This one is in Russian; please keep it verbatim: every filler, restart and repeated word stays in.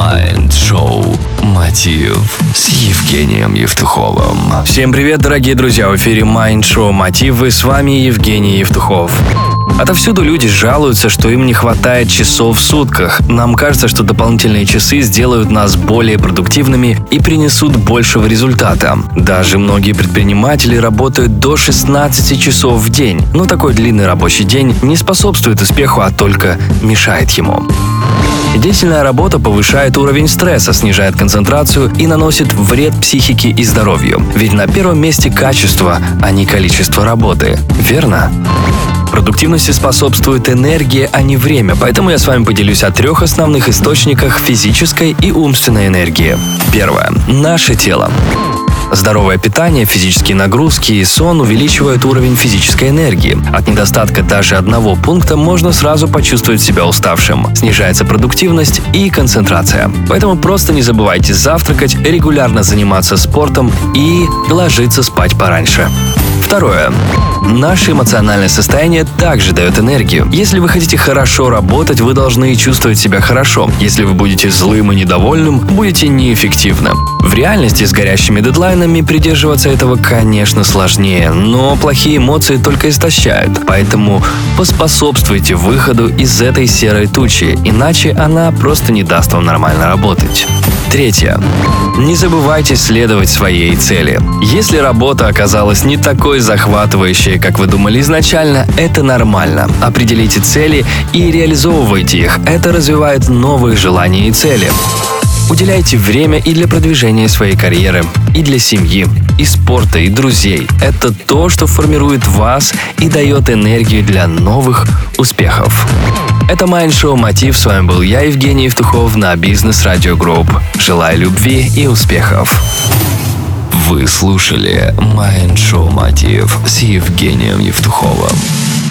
Майнд-шоу «Мотив» с Евгением Евтуховым. Всем привет, дорогие друзья! В эфире Майнд-шоу «Мотив» и с вами Евгений Евтухов. Отовсюду люди жалуются, что им не хватает часов в сутках. Нам кажется, что дополнительные часы сделают нас более продуктивными и принесут большего результата. Даже многие предприниматели работают до шестнадцати часов в день. Но такой длинный рабочий день не способствует успеху, а только мешает ему. Деятельная работа повышает уровень стресса, снижает концентрацию и наносит вред психике и здоровью. Ведь на первом месте качество, а не количество работы. Верно? Продуктивности способствует энергия, а не время, поэтому я с вами поделюсь о трех основных источниках физической и умственной энергии. Первое. Наше тело. Здоровое питание, физические нагрузки и сон увеличивают уровень физической энергии. От недостатка даже одного пункта можно сразу почувствовать себя уставшим. Снижается продуктивность и концентрация. Поэтому просто не забывайте завтракать, регулярно заниматься спортом и ложиться спать пораньше. Второе. Наше эмоциональное состояние также дает энергию. Если вы хотите хорошо работать, вы должны чувствовать себя хорошо. Если вы будете злым и недовольным, будете неэффективны. В реальности с горящими дедлайнами придерживаться этого, конечно, сложнее, но плохие эмоции только истощают. Поэтому поспособствуйте выходу из этой серой тучи, иначе она просто не даст вам нормально работать. Третье. Не забывайте следовать своей цели. Если работа оказалась не такой захватывающей, как вы думали изначально, это нормально. Определите цели и реализовывайте их. Это развивает новые желания и цели. Уделяйте время и для продвижения своей карьеры, и для семьи, и спорта, и друзей. Это то, что формирует вас и дает энергию для новых успехов. Это Майнд-шоу «Мотив». С вами был я, Евгений Евтухов, на Business Radio Group. Желаю любви и успехов. Вы слушали Майнд-шоу «Мотив» с Евгением Евтуховым.